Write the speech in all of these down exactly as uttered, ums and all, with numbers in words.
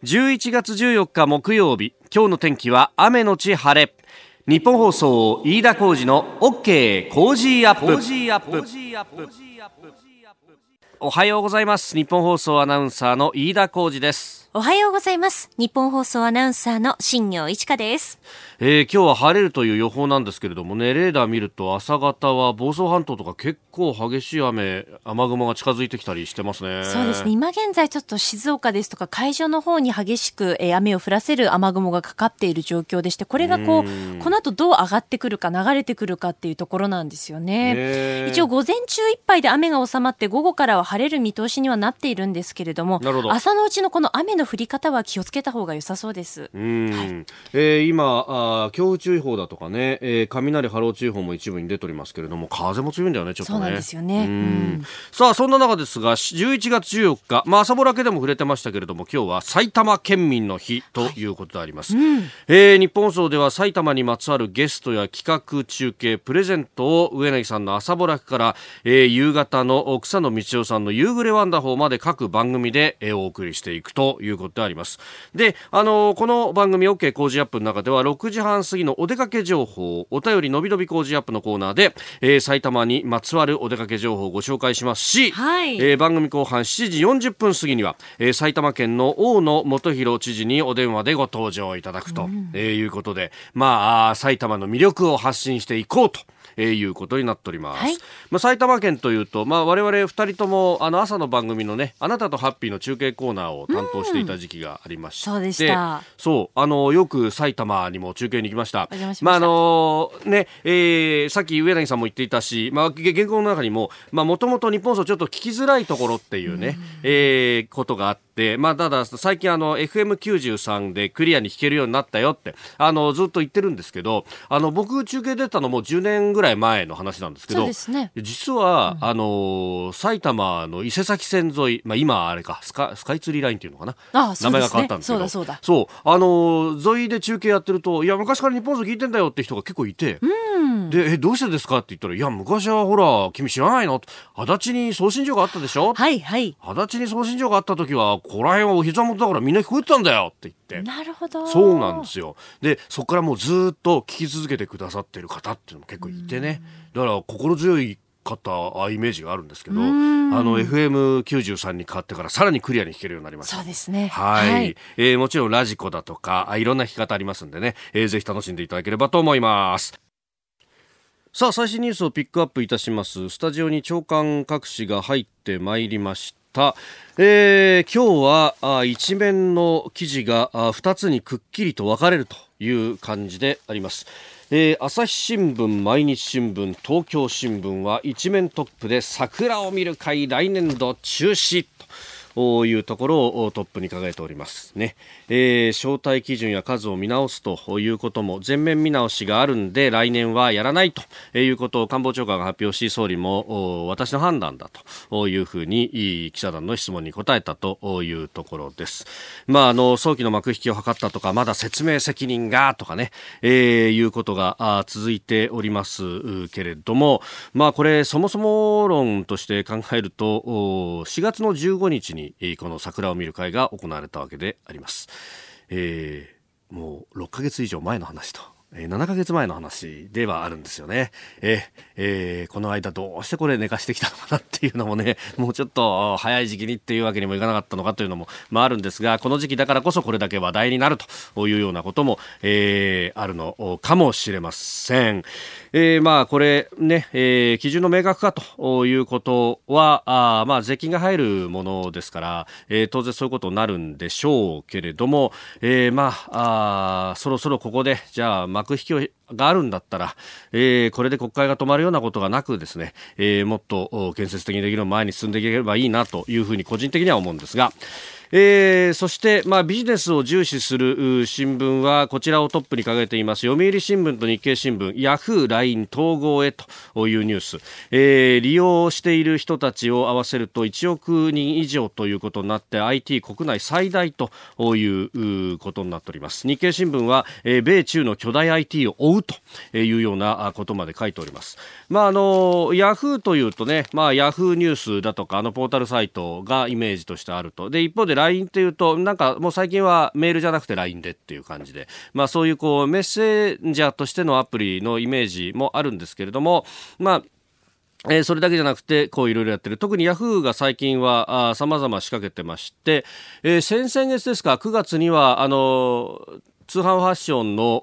じゅういちがつじゅうよっか木曜日、今日の天気は雨のち晴れ。日本放送飯田浩司の OK コージーアップ。おはようございます。日本放送アナウンサーの飯田浩司です。 おはようございます。日本放送アナウンサーの新業一華です。 えー、今日は晴れるという予報なんですけれどもね、レーダー見ると朝方は房総半島とか結構激しい雨雨雲が近づいてきたりしてますね。 そうですね、今現在ちょっと静岡ですとか海上の方に激しく、えー、雨を降らせる雨雲がかかっている状況でして、これがこうこの後どう上がってくるか流れてくるかっていうところなんですよね。一応午前中いっぱいで雨が収まって、午後からは晴れる見通しにはなっているんですけれども、朝のうちのこの雨の降り方は気をつけた方が良さそうです。 うん、はい。えー、今あ強風注意報だとかね、えー、雷波浪注意報も一部に出ておりますけれども、風も強いんだよね、ちょっとね。 そうなんですよね。うん、 さあそんな中ですが、じゅういちがつじゅうよっか、まあ、朝ぼらけでも触れてましたけれども、今日は埼玉県民の日ということであります、はい。うん、えー、日本放送では埼玉にまつわるゲストや企画中継プレゼントを上柳さんの朝ぼらけから、えー、夕方の草野道夫さんの夕暮れワンダホーまで各番組で、えー、お送りしていくということであります。で、あのー、この番組 OK 工事アップの中ではろくじはん過ぎのお出かけ情報、お便りのびのび工事アップのコーナーで、えー、埼玉にまつわるお出かけ情報をご紹介しますし、はい、えー、番組後半しちじよんじゅっぷん過ぎには、えー、埼玉県の大野元弘知事にお電話でご登場いただくと、うんえー、いうことで、まあ、埼玉の魅力を発信していこうとえー、いうことになっております、はい。まあ、埼玉県というと、まあ、我々ふたりともあの朝の番組のね、あなたとハッピーの中継コーナーを担当していた時期がありまして、 そうでした。 そうあのよく埼玉にも中継に行きました。お邪魔しました。まああのねえー、さっき上柳さんも言っていたし、まあ、原稿の中にももともと日本放送ちょっと聞きづらいところっていうね、うえー、ことがあって、まあ、ただ最近あの エフエムきゅうじゅうさん でクリアに聞けるようになったよってあのずっと言ってるんですけど、あの僕中継出たのもじゅうねんぐらい前の話なんですけど、 そうですね、 実は、うん、あの埼玉の伊勢崎線沿い、まあ、今あれかスカ、スカイツリーラインっていうのかな、 ああそうですね、 名前が変わったんですけど、 そうだそうだ、 そうあの沿いで中継やってると、いや昔から日本放送聞いてんだよって人が結構いて、うん、でえどうしてですかって言ったら、いや昔はほら君知らないの、足立に送信所があったでしょ、 はいはい、 足立に送信所があった時はここら辺はお膝元だからみんな聞こえてたんだよって言って。 なるほど、 そうなんですよ。でそこからもうずっと聞き続けてくださってる方っていうのも結構いてね、だから心強い方イメージがあるんですけど、あの エフエムきゅうじゅうさん に変わってからさらにクリアに聞けるようになりました。 そうですね、 はい、はい。えー、もちろんラジコだとかいろんな聞き方ありますんでね、えー、ぜひ楽しんでいただければと思います。さあ最新ニュースをピックアップいたします。スタジオに長官各紙が入ってまいりました。えー、今日はあ一面の記事があふたつにくっきりと分かれるという感じであります。えー、朝日新聞、毎日新聞、東京新聞は一面トップで桜を見る会来年度中止というところをトップに掲げておりますね。えー、招待基準や数を見直すということも全面見直しがあるんで来年はやらないということを官房長官が発表し、総理も私の判断だというふうに記者団の質問に答えたというところです。まあ、あの早期の幕引きを図ったとか、まだ説明責任がとかね、えー、いうことが続いておりますけれども、まあこれそもそも論として考えるとしがつのじゅうごにちにこの桜を見る会が行われたわけであります。えー、もうろっかげつ以上前の話と、えー、ななかげつまえの話ではあるんですよね。えーえー、この間どうしてこれ寝かしてきたのかなっていうのもね、もうちょっと早い時期にっていうわけにもいかなかったのかというのも、まあ、あるんですが、この時期だからこそこれだけ話題になるというようなことも、えー、あるのかもしれません。えー、まあこれね、えー、基準の明確化ということはあ、まあ、税金が入るものですから、えー、当然そういうことになるんでしょうけれども、えー、まあ、あそろそろここでじゃあ幕引きがあるんだったら、えー、これで国会が止まるようなことがなくですね、えー、もっと建設的にできる前に進んでいければいいなというふうに個人的には思うんですが、えー、そして、まあ、ビジネスを重視する新聞はこちらをトップに掲げています。読売新聞と日経新聞、ヤフー、ライン 統合へというニュース、えー、利用している人たちを合わせるといちおくにん以上ということになって アイティー 国内最大ということになっております。日経新聞は、えー、米中の巨大 アイティー を追うというようなことまで書いております。まあ、あのヤフーというとね、まあ、ヤフーニュースだとかあのポータルサイトがイメージとしてあると。で一方でライン っていうとなんかもう最近はメールじゃなくて ライン でっていう感じで、まあ、そういうこうメッセンジャーとしてのアプリのイメージもあるんですけれども、まあえー、それだけじゃなくてこういろいろやってる。特にヤフーが最近は様々仕掛けてまして、えー、先々月ですか、くがつにはあのー、通販ファッションの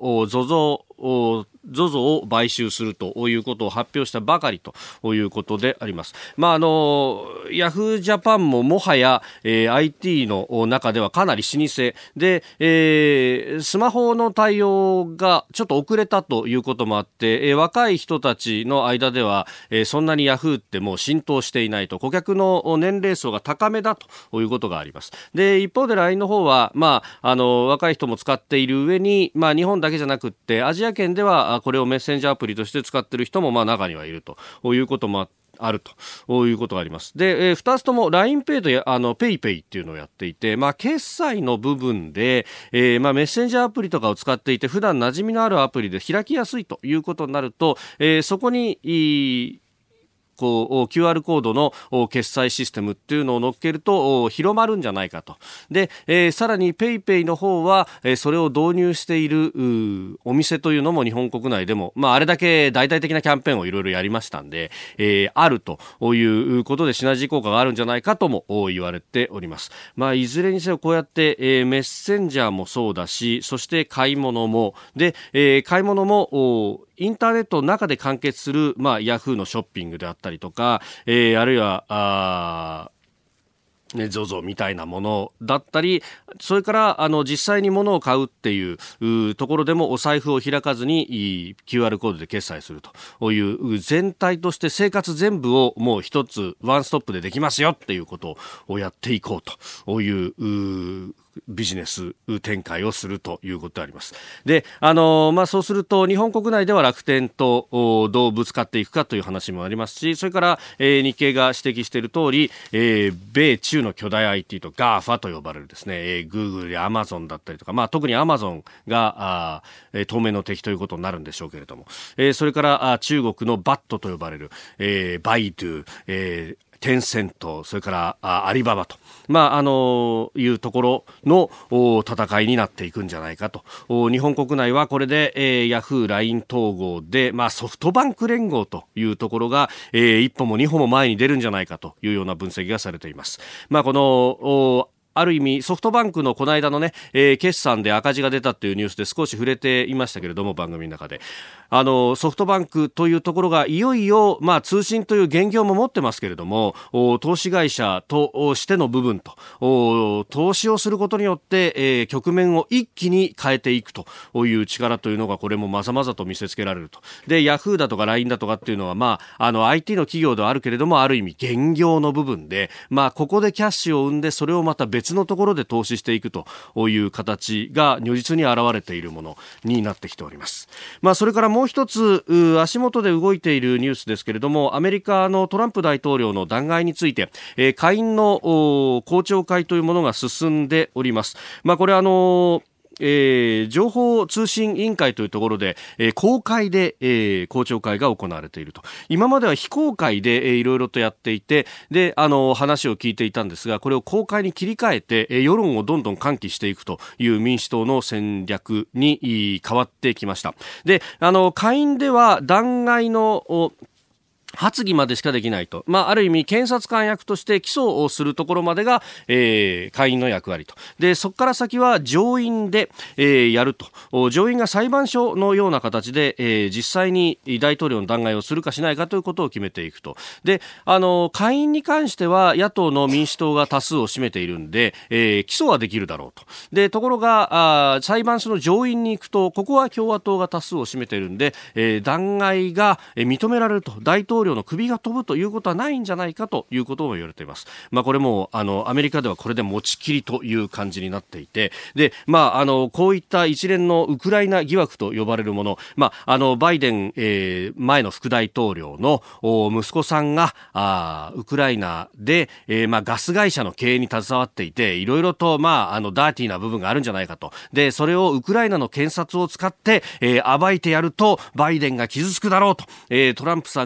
ZOZOゾゾ を買収するということを発表したばかりということであります。まああのヤフージャパンももはや、えー、アイティー の中ではかなり老舗で、えー、スマホの対応がちょっと遅れたということもあって、えー、若い人たちの間では、えー、そんなにヤフーってもう浸透していないと、顧客の年齢層が高めだということがあります。で一方で ライン の方は、まあ、あの若い人も使っている上に、まあ、日本だけじゃなくってアジア圏ではこれをメッセンジャーアプリとして使っている人もまあ中にはいるということもあってあるということがあります。で、えー、ふたつとも ラインペイ とやあの ペイペイ っていうのをやっていて、まあ、決済の部分で、えーまあ、メッセンジャーアプリとかを使っていて普段馴染みのあるアプリで開きやすいということになると、えー、そこにいいこう キューアール コードの決済システムっていうのを乗っけると広まるんじゃないかと。で、えー、さらに ペイペイ の方は、えー、それを導入しているお店というのも日本国内でも、まあ、あれだけ大々的なキャンペーンをいろいろやりましたんで、えー、あるということでシナジー効果があるんじゃないかとも言われております。まあ、いずれにせよこうやって、えー、メッセンジャーもそうだし、そして買い物もで、えー、買い物もインターネットの中で完結する、まあ、ヤフーのショッピングであったりとか、えー、あるいはあね、ゾゾ みたいなものだったり、それからあの実際に物を買うっていう、うところでもお財布を開かずに キューアール コードで決済するという全体として生活全部をもう一つワンストップでできますよっていうことをやっていこうという、うビジネス展開をするということであります。で、あのまあ、そうすると日本国内では楽天とどうぶつかっていくかという話もありますし、それから、えー、日経が指摘している通り、えー、米中の巨大 アイティー と ガーファ と呼ばれるですね、えー、Google や Amazon だったりとか、まあ、特に Amazon があ、えー、当面の敵ということになるんでしょうけれども、えー、それからあ中国の バット と呼ばれる、えー、バイドゥ、えーテンセント、それからあアリババと、まああのいうところの戦いになっていくんじゃないかと。日本国内はこれで、えー、ヤフー、ライン 統合で、まあ、ソフトバンク連合というところが、えー、一歩も二歩も前に出るんじゃないかというような分析がされています。まあ、このある意味ソフトバンクのこの間のね、えー、決算で赤字が出たというニュースで少し触れていましたけれども、番組の中であのソフトバンクというところがいよいよ、まあ、通信という現業も持ってますけれども、投資会社としての部分と投資をすることによって、えー、局面を一気に変えていくという力というのがこれもまざまざと見せつけられると。でヤフーだとか ライン だとかっていうのは、まあ、あの アイティー の企業ではあるけれどもある意味現業の部分で、まあ、ここでキャッシュを生んでそれをまた別のところで投資していくという形が如実に現れているものになってきております。まあ、それからもう一つ足元で動いているニュースですけれども、アメリカのトランプ大統領の弾劾について、えー、下院の公聴会というものが進んでおります。まあ、これはあのーえー、情報通信委員会というところで、えー、公開で、えー、公聴会が行われていると。今までは非公開で、えー、いろいろとやっていて、で、あの話を聞いていたんですが、これを公開に切り替えて、えー、世論をどんどん喚起していくという民主党の戦略に変わってきました。で、あの下院では弾劾の発議までしかできないと、まあ、ある意味検察官役として起訴をするところまでが、えー、下院の役割と。でそこから先は上院で、えー、やると。上院が裁判所のような形で、えー、実際に大統領の弾劾をするかしないかということを決めていくと。であの下院に関しては野党の民主党が多数を占めているんで、えー、起訴はできるだろうと。でところがあ裁判所の上院に行くとここは共和党が多数を占めているんで、えー、弾劾が認められると。大統領大統領の首が飛ぶということはないんじゃないかということも言われています。まあ、これもあのアメリカではこれで持ちきりという感じになっていて、で、まあ、あのこういった一連のウクライナ疑惑と呼ばれるもの、まあ、あのバイデン、えー、前の副大統領の息子さんがあウクライナで、えーまあ、ガス会社の経営に携わっていていろいろと、まあ、あのダーティーな部分があるんじゃないかと。でそれをウクライナの検察を使って、えー、暴いてやるとバイデンが傷つくだろうと、えー、トランプさんがそれ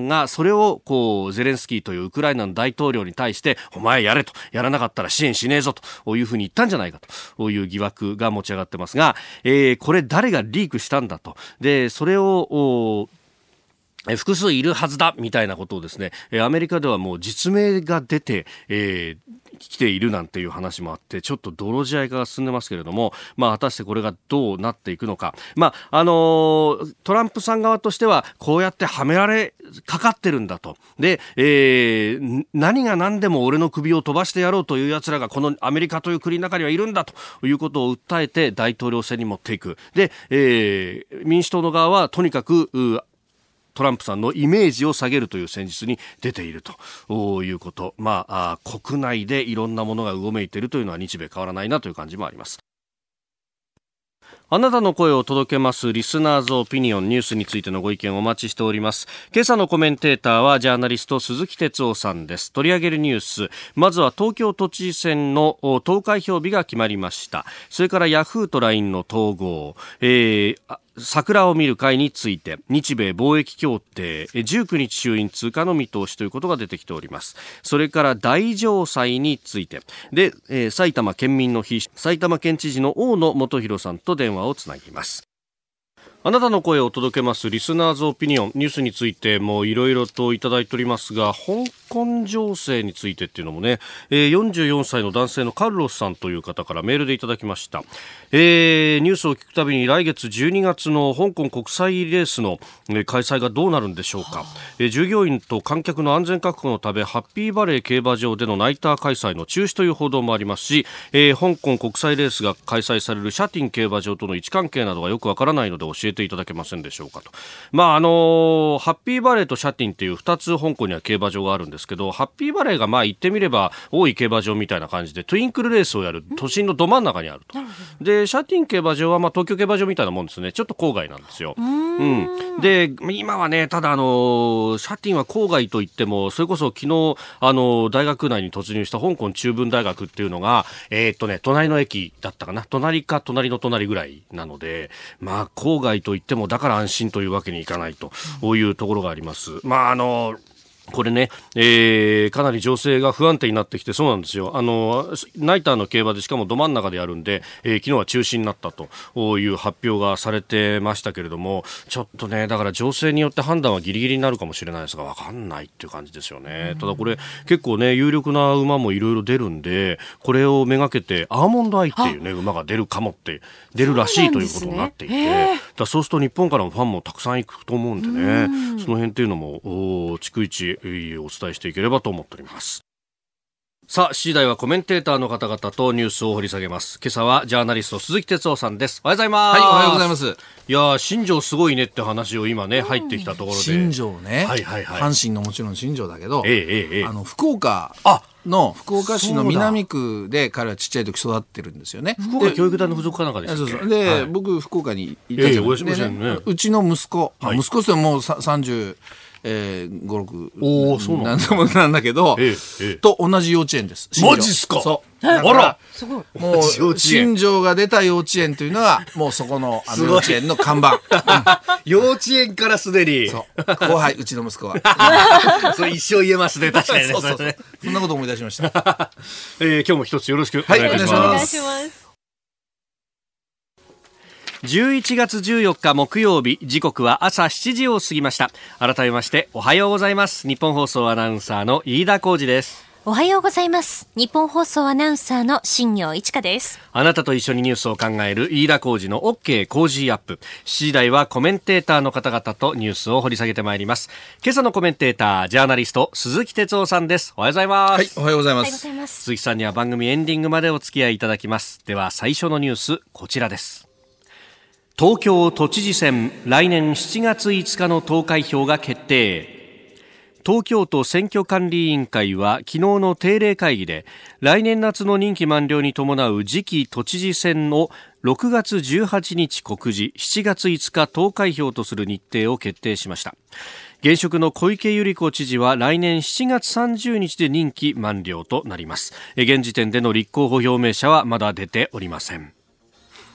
それをこうゼレンスキーというウクライナの大統領に対してお前やれと、やらなかったら支援しねえぞというふうに言ったんじゃないかという疑惑が持ち上がってますが、えー、これ誰がリークしたんだと。でそれを複数いるはずだみたいなことをですね、アメリカではもう実名が出て、えー、来ているなんていう話もあって、ちょっと泥仕合化が進んでますけれども、まあ果たしてこれがどうなっていくのか。まああのー、トランプさん側としてはこうやってはめられかかってるんだと。で、えー、何が何でも俺の首を飛ばしてやろうという奴らがこのアメリカという国の中にはいるんだということを訴えて大統領選に持っていく。で、えー、民主党の側はとにかくトランプさんのイメージを下げるという戦術に出ているということ。まあ、あ国内でいろんなものがうごめいているというのは日米変わらないなという感じもあります。あなたの声を届けますリスナーズオピニオン、ニュースについてのご意見をお待ちしております。今朝のコメンテーターはジャーナリスト鈴木哲夫さんです。取り上げるニュース、まずは東京都知事選の投開票日が決まりました。それからヤフーと ライン の統合、えー桜を見る会について日米貿易協定じゅうくにち衆院通過の見通しということが出てきております。それから大城祭についてで、えー、埼玉県民の日、埼玉県知事の大野元弘さんと電話をつなぎます。あなたの声を届けますリスナーズオピニオン、ニュースについてもいろいろといただいておりますが、香港情勢についてっていうのもね、えー、よんじゅうよんさいの男性のカルロスさんという方からメールでいただきました。えー、ニュースを聞くたびに来月じゅうにがつの香港国際レースの、えー、開催がどうなるんでしょうか。えー、従業員と観客の安全確保のためハッピーバレー競馬場でのナイター開催の中止という報道もありますし、えー、香港国際レースが開催されるシャティン競馬場との位置関係などがよくわからないので教えていただけませんでしょうかと。まああのー、ハッピーバレーとシャティンっていうふたつ香港には競馬場があるんですけど、ハッピーバレーがまあ言ってみれば大井競馬場みたいな感じでトゥインクルレースをやる都心のど真ん中にあると。でシャティン競馬場はまあ東京競馬場みたいなもんですね。ちょっと郊外なんですよ。うん、で今はね、ただあのー、シャティンは郊外といってもそれこそ昨日あのー、大学内に突入した香港中文大学っていうのがえー、っとね隣の駅だったかな、隣か隣の隣ぐらいなので、まあ郊外といってもだから安心というわけにいかないというところがあります。まああのこれね、えー、かなり情勢が不安定になってきて、そうなんですよ。あのナイターの競馬でしかもど真ん中でやるんで、えー、昨日は中止になったという発表がされてましたけれども、ちょっとねだから情勢によって判断はギリギリになるかもしれないですが、分かんないっていう感じですよね。うん、ただこれ結構ね有力な馬もいろいろ出るんで、これをめがけてアーモンドアイっていうね馬が出るかもって出るらしいということになっていて、そうなんですね。だそうすると日本からのファンもたくさん行くと思うんでね、うん、その辺っていうのも逐一お伝えしていければと思っております。さあしちじ台はコメンテーターの方々とニュースを掘り下げます。今朝はジャーナリスト鈴木哲夫さんです。おはようございます。 はい、おはようございます。 いや新庄すごいねって話を今ね入ってきたところで、 新庄ね、 はいはいはい、 阪神のもちろん新庄だけど、 ええええ、 あの福岡の福岡市の南区で彼はちっちゃい時育ってるんですよね。 福岡教育大の附属かなんかですっけ。 そうそうで、はい、僕福岡にいたじゃないですか、ええね、うちの息子、はい、息子ってもうさんじゅうえー、ご、ろくおそうなんだ、 なんなんだけど、ええええ、と同じ幼稚園です。 マジっすか。 そうあらすごい。もう新庄が出た幼稚園というのはもうそこのあの幼稚園の看板、うん、 幼稚園からすでにそう後輩うちの息子はそれ一生言えますね。確かにね。 そうそうそう、そんなこと思い出しました。 えー、今日も一つよろしくお願いいたします。 はい、お願いします。 じゅういちがつじゅうよっか木曜日、時刻は朝しちじを過ぎました。改めましておはようございます。日本放送アナウンサーの飯田浩司です。 おはようございます。日本放送アナウンサーの新業一華です。 あなたと一緒にニュースを考える飯田浩司の OK 工事アップ。しちじ台はコメンテーターの方々とニュースを掘り下げてまいります。今朝のコメンテーター、ジャーナリスト鈴木哲夫さんです。おはようございます。 はい、おはようございます。 鈴木さんには番組エンディングまでお付き合いいただきます。では最初のニュース、こちらです。東京都知事選、来年しちがついつかの投開票が決定。東京都選挙管理委員会は昨日の定例会議で、来年夏の任期満了に伴う次期都知事選をろくがつじゅうはちにち告示、しちがついつか投開票とする日程を決定しました。現職の小池百合子知事は来年しちがつさんじゅうにちで任期満了となります。現時点での立候補表明者はまだ出ておりません。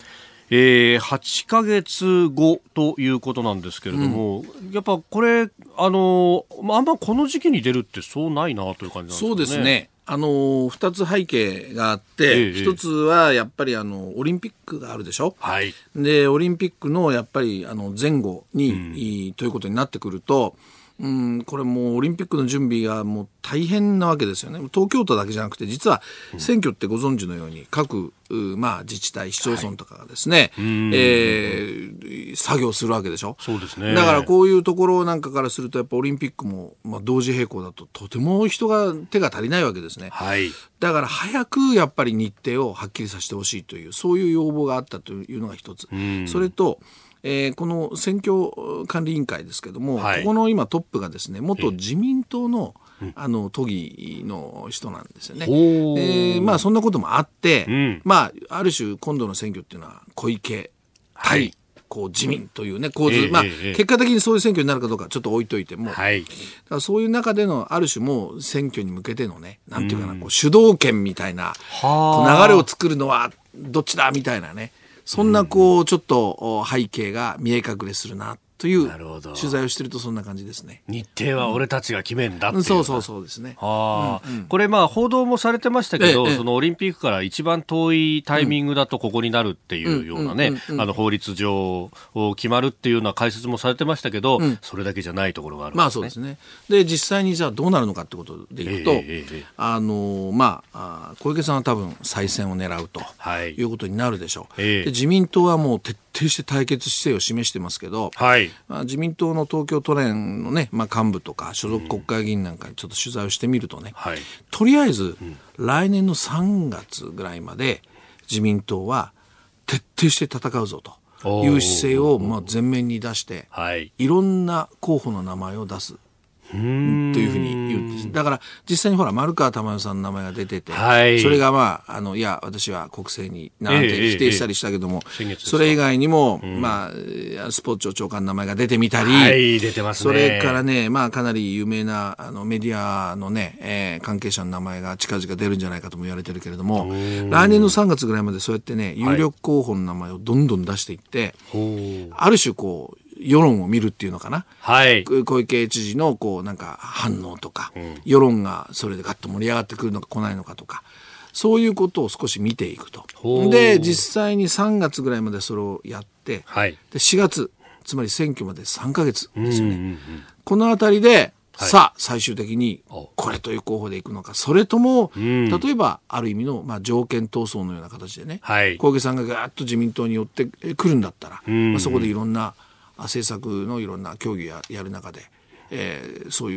えー、はちかげつごということなんですけれども、うん、やっぱこれあのあんまこの時期に出るってそうないなという感じなんですかね。 そうですね。あのふたつ背景があって、ええ、ひとつはやっぱりあのオリンピックがあるでしょ、はい、でオリンピックのやっぱりあの前後に、うん、ということになってくると、うん、これもうオリンピックの準備がもう大変なわけですよね。東京都だけじゃなくて実は選挙ってご存知のように各、まあ、自治体市町村とかがですね、はい、えー、作業するわけでしょ。 そうですね。 だからこういうところなんかからするとやっぱオリンピックも、まあ、同時並行だととても人が手が足りないわけですね、はい、だから早くやっぱり日程をはっきりさせてほしいというそういう要望があったというのが一つ。それとえー、この選挙管理委員会ですけども、はい、ここの今トップがですね元自民党の、あの都議の人なんですよね。えー、まあそんなこともあって、うん、まあある種今度の選挙っていうのは小池対、はい、こう自民というね構図、えーまあ、えー、結果的にそういう選挙になるかどうかちょっと置いといても、はい、だからそういう中でのある種もう選挙に向けてのねなんていうかな、うん、こう主導権みたいなこう流れを作るのはどっちだみたいなねそんなこうちょっと背景が見え隠れするなという取材をしているとそんな感じですね。 日程は俺たちが決めんだっていう、うん、 そうそうそうですね。 は、うんうん、これまあ報道もされてましたけど、ええ、そのオリンピックから一番遠いタイミングだとここになるっていうようなね、あの法律上決まるっていうような解説もされてましたけど、うん、それだけじゃないところがあるんですね。 まあそうですね。で実際にじゃあどうなるのかってことでいくと、えええ、あのまあ小池さんは多分再選を狙うということになるでしょう、はい、で自民党はもう徹底して対決姿勢を示してますけど、はいまあ、自民党の東京都連の、ねまあ、幹部とか所属国会議員なんかにちょっと取材をしてみるとね、うんはい、とりあえず、うん、来年のさんがつぐらいまで自民党は徹底して戦うぞという姿勢をまあ前面に出して、はい、いろんな候補の名前を出すというふうに言うんです。だから実際にほら丸川珠代さんの名前が出てて、はい、それがまああのいや私は国政になんて否定したりしたけども、えーえー、それ以外にも、うん、まあスポーツ庁長官の名前が出てみたり、 はい、出てますね。 それからねまあかなり有名なあのメディアのね、えー、関係者の名前が近々出るんじゃないかとも言われてるけれども、来年のさんがつぐらいまでそうやってね有力候補の名前をどんどん出していって、はい、ある種こう世論を見るっていうのかな、はい、小池知事のこうなんか反応とか、うん、世論がそれでガッと盛り上がってくるのか来ないのかとかそういうことを少し見ていくと。で実際にさんがつぐらいまでそれをやって、はい、でしがつつまり選挙までさんかげつですよね、うんうんうん、このあたりではい、さあ最終的にこれという候補でいくのかそれとも、うん、例えばある意味の、まあ、条件闘争のような形でね、はい、小池さんがガーッと自民党に寄ってくるんだったら、うんうんまあ、そこでいろんな政策のいろんな協議ややる中で、えー、そういう、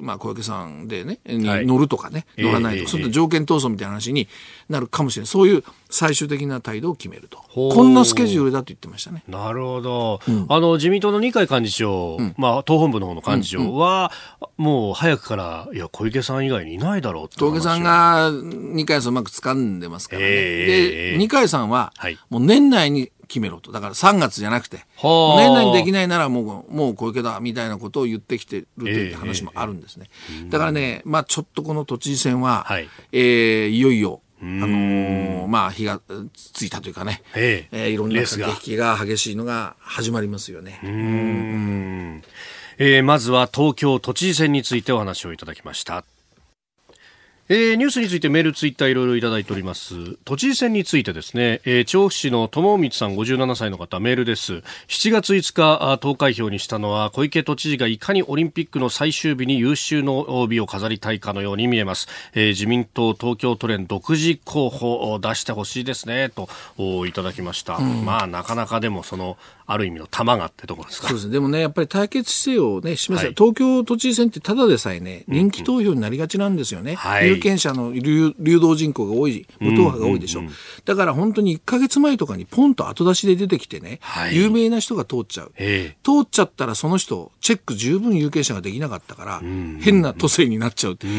まあ、小池さんでねに乗るとかね、はい、乗らないとか、えー、そういった条件闘争みたいな話になるかもしれない。そういう最終的な態度を決めるとこんなスケジュールだと言ってましたね。 なるほど、うん、あの自民党の二階幹事長、うんまあ、党本部の方の幹事長は、うんうん、もう早くからいや小池さん以外にいないだろうって小池さんが二階さんうまく掴んでますからね、えー、で二階さんは、はい、もう年内に決めろと。だからさんがつじゃなくて年内にできないならもう、もう小池だみたいなことを言ってきてるという話もあるんですね、えー、だからね、まあ、ちょっとこの都知事選は、はいえー、いよいよあのー、まあ日がついたというかね、えーえー、いろんな駆け引きが激しいのが始まりますよね。うーん、 うんえー、まずは東京都知事選についてお話をいただきました。えー、ニュースについてメールツイッターいろいろいただいております。都知事選についてですね、えー、調布市の友光さんごじゅうななさいの方メールです。しちがついつか投開票にしたのは小池都知事がいかにオリンピックの最終日に有終の美を飾りたいかのように見えます、えー、自民党東京都連独自候補を出してほしいですねといただきました、うん、まあなかなかでもそのある意味の玉がってところですか。 そうですね。でもねやっぱり対決姿勢をね示す、はい、東京都知事選ってただでさえね人気投票になりがちなんですよね、うんうん、有権者の流動人口が多い無党派が多いでしょ、うんうんうん、だから本当にいっかげつまえとかにポンと後出しで出てきてね、はい、有名な人が通っちゃう、えー、通っちゃったらその人チェック十分有権者ができなかったから、うん、変な都政になっちゃうって、うん、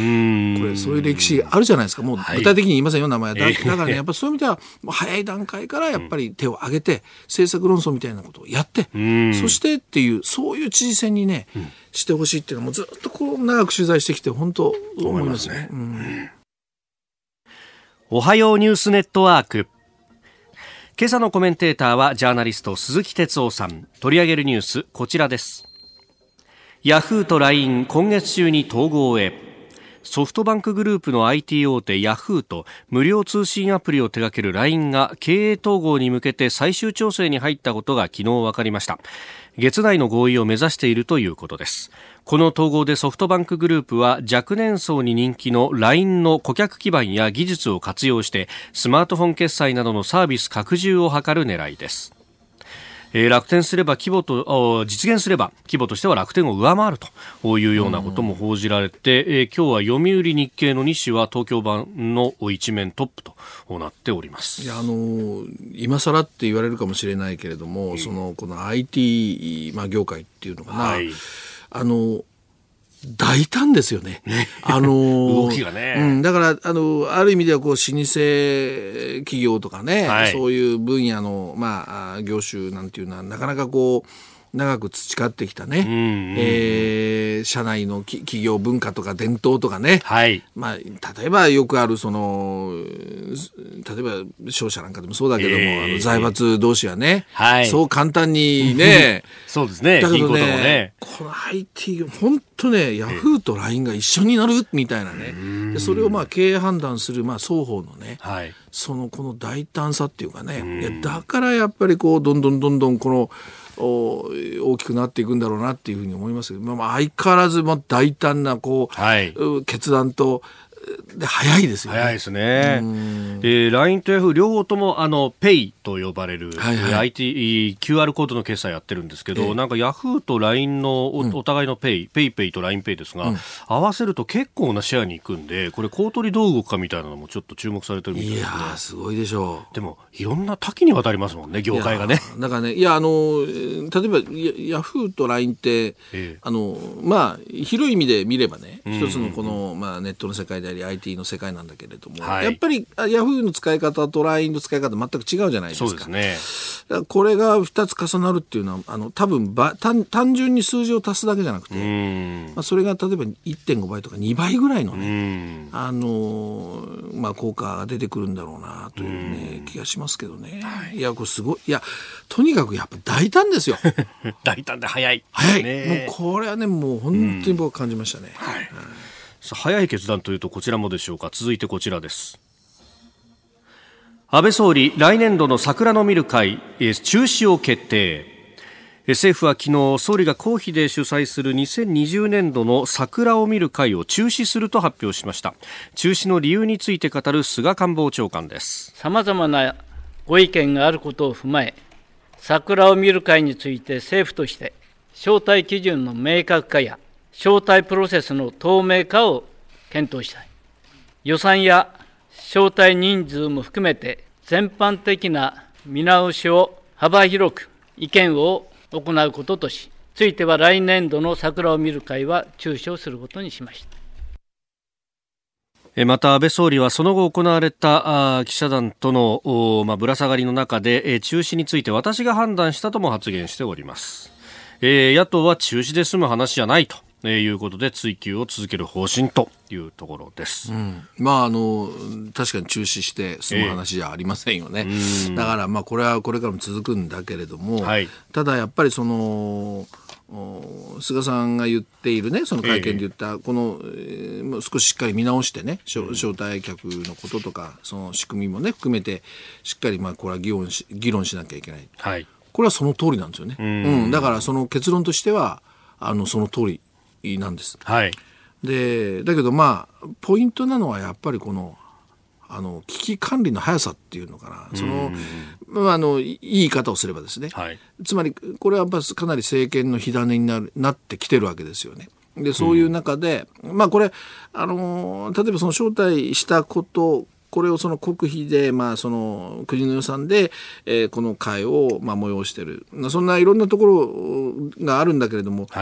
これそういう歴史あるじゃないですか。もう具体的に言いませんよ名前は。だ, だからねやっぱそういう意味では早い段階からやっぱり手を挙げて政策論争みたいなことをやって、うん、そしてっていうそういう知事選にね、うん、してほしいっていうのもずっとこう長く取材してきて本当思いますね。うん、 おはようニュースネットワーク。 今朝のコメンテーターはジャーナリスト鈴木哲夫さん。取り上げるニュースこちらです。ヤフーと ライン 今月中に統合へ。ソフトバンクグループの アイティー 大手ヤフーと無料通信アプリを手掛ける ライン が経営統合に向けて最終調整に入ったことが昨日分かりました。月内の合意を目指しているということです。この統合でソフトバンクグループは若年層に人気の ライン の顧客基盤や技術を活用してスマートフォン決済などのサービス拡充を図る狙いです。えー、楽天すれば規模と実現すれば規模としては楽天を上回るというようなことも報じられて、えー、今日は読売日経のに紙は東京版の一面トップとなっております。 いや、あのー、今更って言われるかもしれないけれども、うん、そのこの アイティー、まあ、業界っていうのかな、はい、あの大胆ですよね。あの動きがね、 うん、だからあのある意味ではこう老舗企業とかね、はい、そういう分野のまあ業種なんていうのはなかなかこう長く培ってきたね、うんうん、えー、社内の企業文化とか伝統とかね、はい、まあ、例えばよくあるその例えば商社なんかでもそうだけども、えー、あの財閥同士はね、はい、そう簡単にねそうですね、 だけどね、 いいこともね、 この アイティー 本当ね、ヤフーと ライン が一緒になるみたいなね、えー、でそれをまあ経営判断するまあ双方のね、はい、そのこの大胆さっていうかね、いやだからやっぱりこうどんどんどんどんこの大きくなっていくんだろうなっていうふうに思いますけど、まあ、相変わらず大胆なこう、はい、決断とで早いですよね。 早いですね。で ライン と ヤフー両方ともあのペイと呼ばれる、はいはい、アイティー キューアール コードの決済やってるんですけど、えー、なんかヤフーと ライン の お,、うん、お互いのペイペイペイと ラインペイですが、うん、合わせると結構なシェアに行くんで、これ公取りどう動くかみたいなのもちょっと注目されてるみたいですね。 いやすごいでしょう。 でもいろんな多岐にわたりますもんね、業界がね。 だからね、いやあの例えばヤフーと ライン って、えー、あのまあ広い意味で見ればね、一つのこの、まあ、ネットの世界であり アイティー の世界なんだけれども、はい、やっぱりヤフーの使い方と ライン の使い方全く違うじゃないですか。 そうですね。 これがふたつ重なるっていうのはあの多分ば単、単純に数字を足すだけじゃなくて、まあ、それが例えば いってんご 倍とかにばいぐらいのね、あのーまあ、効果が出てくるんだろうなという、ね、気がしますけどね、はい、いやこれすごい、いやとにかくやっぱ大胆ですよ大胆で早い早い、ね、もうこれはねもう本当に僕は感じましたね、はい、 早い決断というとこちらもでしょうか。続いてこちらです。安倍総理来年度の桜の見る会中止を決定。政府は昨日総理が公費で主催するにせんにじゅうねんどの桜を見る会を中止すると発表しました。中止の理由について語る菅官房長官です。 さまざまなご意見があることを踏まえ、桜を見る会について政府として招待基準の明確化や招待プロセスの透明化を検討したい。予算や招待人数も含めて全般的な見直しを幅広く意見を行うこととし、ついては来年度の桜を見る会は中止をすることにしました。 また安倍総理はその後行われた記者団との、まあ、ぶら下がりの中で中止について私が判断したとも発言しております。えー、野党は中止で済む話じゃないということで追及を続ける方針というところです、 うん、まああの確かに中止して済む話じゃありませんよね、えー、だからまあこれはこれからも続くんだけれども、はい、ただやっぱりその菅さんが言っているね、その会見で言ったこの、えー、少ししっかり見直してね、招待客のこととかその仕組みもね含めてしっかりまあこれは議論し、議論しなきゃいけない、はい、これはその通りなんですよね、うん、うん、だからその結論としてはあのその通りなんです、はい、でだけどまあポイントなのはやっぱりこのあの危機管理の速さっていうのかな、その、まあ、あのいい言い方をすればですね、はい、つまりこれはやっぱかなり政権の火種になる、なってきてるわけですよね。でそういう中で、うん、まあこれあの例えばその招待したことこれをその国費で、まあ、その国の予算で、えー、この会を、まあ、催している、そんないろんなところがあるんだけれども、はい、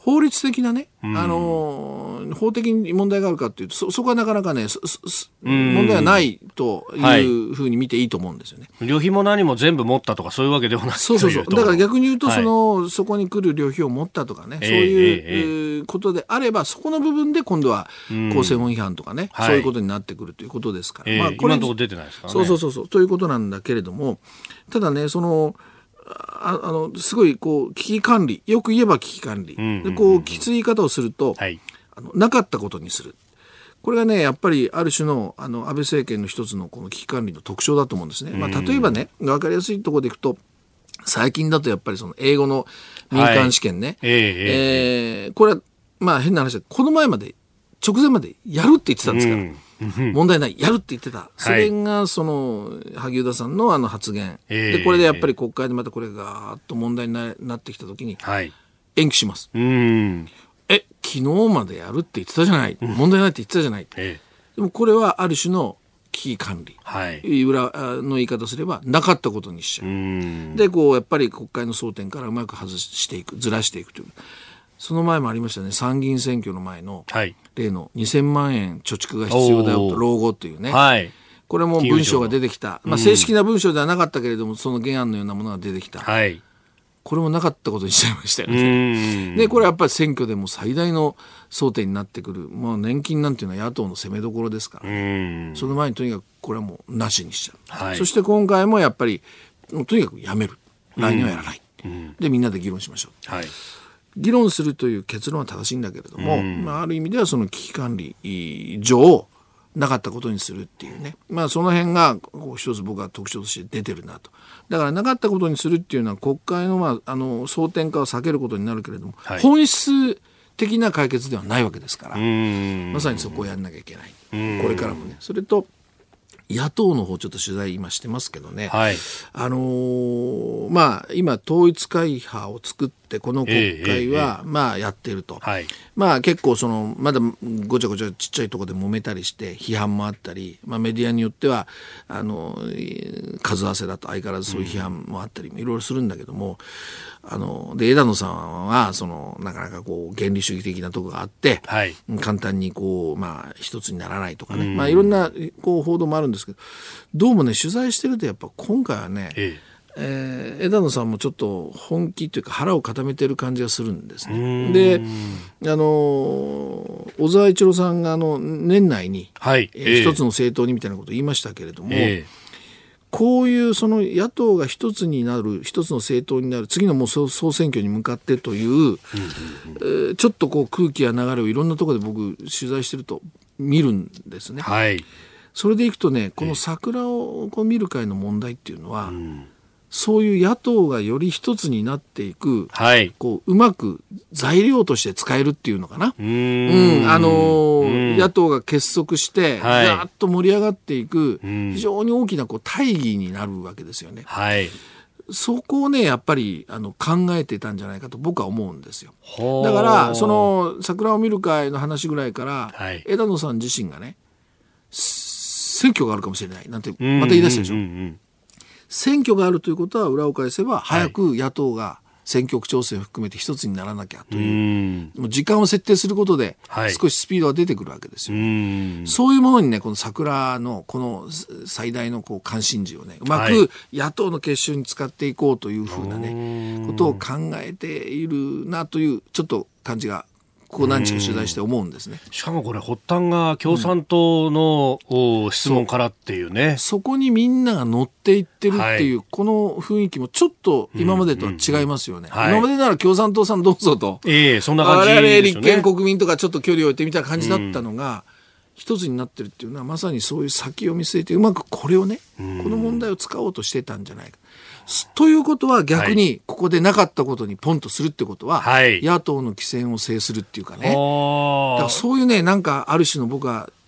法律的なね、あのー、法的に問題があるかっていうと、そ、そこはなかなかね、問題はないというふうに見ていいと思うんですよね。 はい、旅費も何も全部持ったとかそういうわけではない。 そうそうそう。だから逆に言うと、その、はい、そこに来る旅費を持ったとかね、そういうことであれば、そこの部分で今度は公正法違反とかね、そういうことになってくるということですから。 はい、 まあ、これ今のところ出てないですからね。 そうそうそうそう、ということなんだけれども、ただね、その、あ, あのすごいこう危機管理、よく言えば危機管理、うんうんうんうん、でこうきつい言い方をすると、はい、あのなかったことにする、これがねやっぱりある種 の, あの安倍政権の一つのこの危機管理の特徴だと思うんですね。まあ、例えばね、分かりやすいところでいくと、最近だとやっぱりその英語の民間試験ね、はい、えーえー、これはまあ変な話で、この前まで直前までやるって言ってたんですから、うん問題ない、やるって言ってた。それがその萩生田さんのあの発言、でこれでやっぱり国会でまたこれがガーッと問題に な, なってきたときに、はい、延期します。うんえ昨日までやるって言ってたじゃない、問題ないって言ってたじゃない、えー、でもこれはある種の危機管理、はい、裏の言い方すればなかったことにしちゃう。うんでこうやっぱり国会の争点からうまく外していく、ずらしていくという。その前もありましたね、参議院選挙の前の、はい、例のにせんまんえん貯蓄が必要だよと、老後というね、はい、これも文章が出てきた、まあ、正式な文章ではなかったけれども、その原案のようなものが出てきた、はい、これもなかったことにしちゃいましたよね。でこれやっぱり選挙でも最大の争点になってくる、もう年金なんていうのは野党の攻めどころですから、ね、その前にとにかくこれはもうなしにしちゃう、はい、そして今回もやっぱりもうとにかくやめる、来年はやらない、でみんなで議論しましょう、はい、議論するという結論は正しいんだけれども、うんまあ、ある意味ではその危機管理上なかったことにするっていうね、まあ、その辺がこう一つ僕は特徴として出てるなと。だからなかったことにするっていうのは国会の、まあ、あの争点化を避けることになるけれども、はい、本質的な解決ではないわけですから、うんまさにそこをやんなきゃいけない、うんこれからもね。それと野党の方ちょっと取材今してますけどね、はい、あのー、まあ今統一会派を作ってこの国会はまあやっていると、えーえーはい、まあ結構そのまだごちゃごちゃちっちゃいところで揉めたりして批判もあったり、まあメディアによってはあの数合わせだと相変わらずそういう批判もあったりいろいろするんだけども、あので枝野さんはそのなかなかこう原理主義的なところがあって、はい、簡単にこうまあ一つにならないとかね、まあいろんなこう報道もあるんですけど、どうもね取材してるとやっぱ今回はね、えええー、枝野さんもちょっと本気というか腹を固めてる感じがするんですね。で、あの小沢一郎さんがあの年内に、はいえー、一つの政党にみたいなことを言いましたけれども、えーこういうその野党が一つになる、一つの政党になる、次のもう総選挙に向かってという、うんうんうんえー、ちょっとこう空気や流れをいろんなところで僕取材してると見るんですね。はい、それでいくとね、この桜をこう見る会の問題っていうのは、うん、そういう野党がより一つになっていく、はい、こううまく材料として使えるっていうのかな。うーん、うん、あのー、野党が結束して、はい、ガーッと盛り上がっていく、非常に大きなこう大義になるわけですよね。はい、そこをねやっぱりあの考えてたんじゃないかと僕は思うんですよ。だからその桜を見る会の話ぐらいから、はい、枝野さん自身がね選挙があるかもしれないなんてまた言い出したでしょ。うんうんうんうん、選挙があるということは裏を返せば早く野党が選挙区調整を含めて一つにならなきゃという、もう時間を設定することで少しスピードが出てくるわけですよ、ね。そういうものにねこの桜のこの最大のこう関心事をねうまく野党の結集に使っていこうというふうなねことを考えているなというちょっと感じがここ何日か取材して思うんですね。 しかもこれ発端が共産党の、うん、質問からっていうね、 そ、そこにみんなが乗っていってるっていう、はい、この雰囲気もちょっと今までとは違いますよね、うんうんうん、今までなら共産党さんどうぞと、 えー、そんな感じですよね。 我々立憲国民とかちょっと距離を置いてみたいな感じだったのが、うん、一つになってるっていうのはまさにそういう先を見据えてうまくこれをね、うん、この問題を使おうとしてたんじゃないかということは逆にここでなかったことにポンとするってことは、はい、野党の機先を制するっていうかね、だからそういうねなんかある種の僕は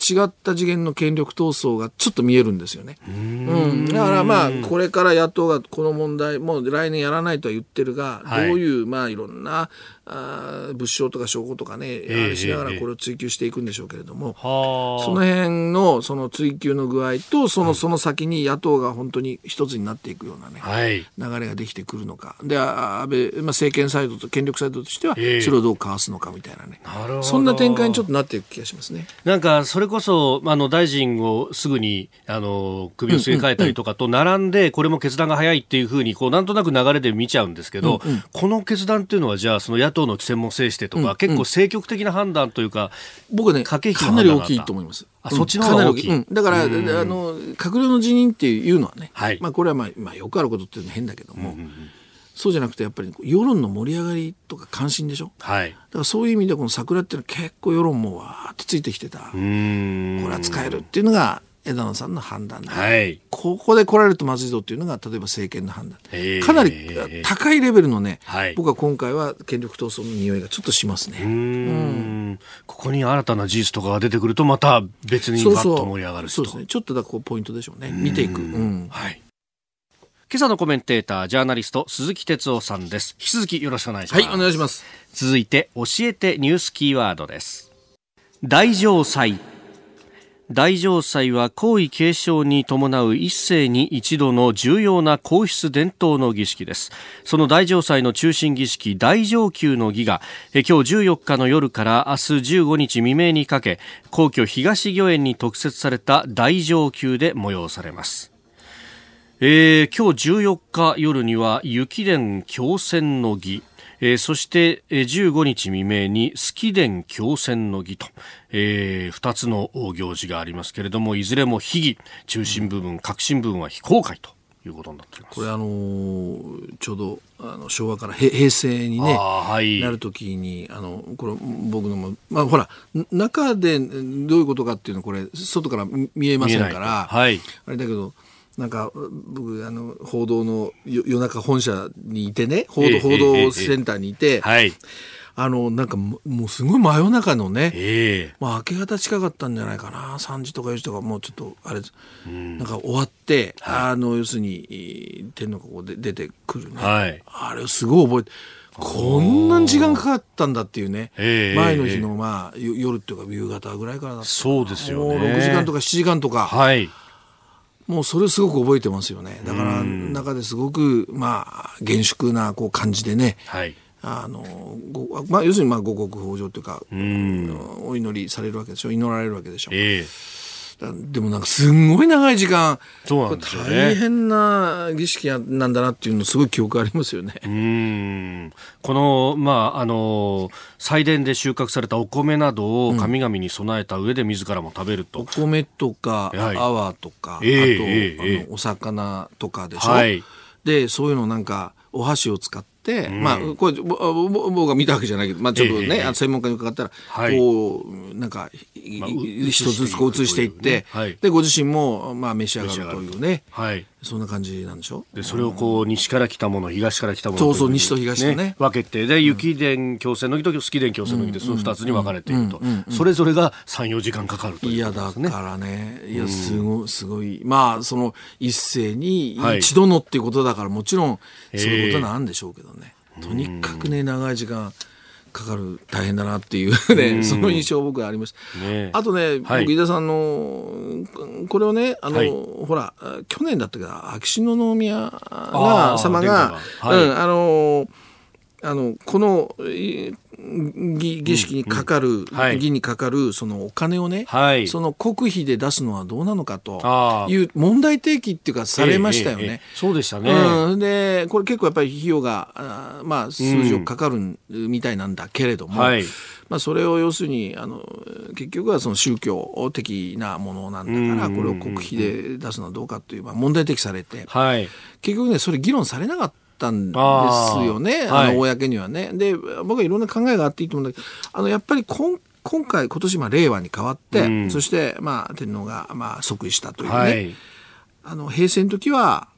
違った次元の権力闘争がちょっと見えるんですよね。うん、だからまあこれから野党がこの問題もう来年やらないとは言ってるが、はい、どういうまあいろんなあ物証とか証拠とかね、えー、あれしながらこれを追及していくんでしょうけれども、えー、その辺のその追及の具合とそのその先に野党が本当に一つになっていくようなね、はい、流れができてくるのかで、安倍、まあ、政権サイドと権力サイドとしてはそれをどうかわすのかみたいなね、えー、そんな展開にちょっとなっていく気がしますね。 なんかそれこそあの大臣をすぐにあの首を据え替えたりとかと並んでこれも決断が早いっていうふうにこうなんとなく流れで見ちゃうんですけど、うんうん、この決断っていうのはじゃあその野党の機先も制してとか、うん、結構政局的な判断というか、 僕はねかなり大きいと思います。 あ、そっちの方が大きい、 うん、だからあの閣僚の辞任っていうのはね、はい、まあ、これは、まあまあ、よくあることっていうのは変だけども、うんうんうん、そうじゃなくてやっぱり世論の盛り上がりとか関心でしょ、はい、だからそういう意味でこの桜っていうのは結構世論もわーっとついてきてた、うーん、これは使えるっていうのが枝野さんの判断で、はい、ここで来られるとまずいぞっていうのが例えば政権の判断、かなり高いレベルのね、はい、僕は今回は権力闘争の匂いがちょっとしますね。うーん、うん、 ここに新たな事実とかが出てくるとまた別にガッと盛り上がると。 そうそうそうですね、ちょっとだこうポイントでしょうね、見ていく、うん、 はい。今朝のコメンテータージャーナリスト鈴木哲夫さんです。引き続きよろしくお願いします。 はい、お願いします。 続いて教えてニュースキーワードです。大嘗祭。大嘗祭は皇位継承に伴う一世に一度の重要な皇室伝統の儀式です。その大嘗祭の中心儀式大承宮の儀がえ今日じゅうよっかの夜から明日じゅうごにち未明にかけ皇居東御苑に特設された大承宮で催されます。えー、今日じゅうよっか夜には雪殿供船の儀、えー、そして、えー、じゅうごにち未明に式殿供船の儀と、えー、ふたつの行事がありますけれども、いずれも秘儀、中心部分、核心部分は非公開ということになっています。 これあのー、ちょうどあの昭和から平成に、ね、はい、なるときにあのこれ僕のも、まあ、ほら中でどういうことかっていうのはこれ外から見えませんから、はい、あれだけどなんか僕あの報道の夜中本社にいてね、報道、報道センターにいて、えーはい、あのなんかもうすごい真夜中のね、えーまあ、明け方近かったんじゃないかな、さんじとかよじとかもうちょっとあれ、うん、なんか終わって、はい、あの要するに天皇がここで出てくるね、はい、あれすごい覚えて、こんなに時間かかったんだっていうね、えー、前の日の、まあ、夜っていうか夕方ぐらいからだった。 そうですよね。 もうろくじかんとかしちじかんとか、はい、もうそれすごく覚えてますよね。だから中ですごくまあ厳粛なこう感じでね、はい、あのご、まあ、要するにまあ五穀豊穣というか、うん、お祈りされるわけでしょ、祈られるわけでしょ、えー、でもなんかすんごい長い時間、そうなんですよね、大変な儀式なんだなっていうのすごい記憶ありますよね。 うーん、この、まあ、あの祭殿で収穫されたお米などを神々に備えた上で自らも食べると、うん、 お米とか、はい、泡とか、えー、あと、えー、あのお魚とかでしょ、はい、でそういうのなんかお箸を使ってでうん、まあ、これ僕が見たわけじゃないけど、まあ、ちょっとね、えー、専門家に伺ったら、はい、こうなんか、まあ、一つずつこう移していって、ね、はい、でご自身も、まあ、召し上がるというね、はい、そんな感じなんでしょ。 でそれをこう西から来たもの、東から来たもの、そうそう、西と東と ね, ね分けて、で雪殿供船の儀と式殿供船の儀でそのふたつに分かれていると、うんうんうんうん、それぞれが さんよじかんかかるということですね。 いやだからね、いやすごい、すごい、まあその一世に一度のっていうことだから、もちろんそういうことなんでしょうけどね、えー、とにかくね長い時間かかる、大変だなっていうね、その印象僕はありました、ね、あとね、はい、僕飯田さんのこれをね、あの、はい、ほら去年だったか秋篠宮が様が、はい、うん、あのあのこの儀, 儀式にかかる、うんうん、はい、儀にかかるそのお金をね、はい、その国費で出すのはどうなのかという問題提起っていうかされましたよね、えーえーえー、 そうでしたね、 うん、でこれ結構やっぱり費用があ、まあ、数十億かかるみたいなんだけれども、うん、はい、まあ、それを要するにあの結局はその宗教的なものなんだから、これを国費で出すのはどうかという、まあ、問題提起されて、はい、結局ねそれ議論されなかったたんですよね、あの公にはね、はい、で僕はいろんな考えがあっていいと思うんだけど、あのやっぱり今今回今年まあ令和に変わって、うん、そしてまあ天皇がまあ即位したというね、はい、あの平成の時は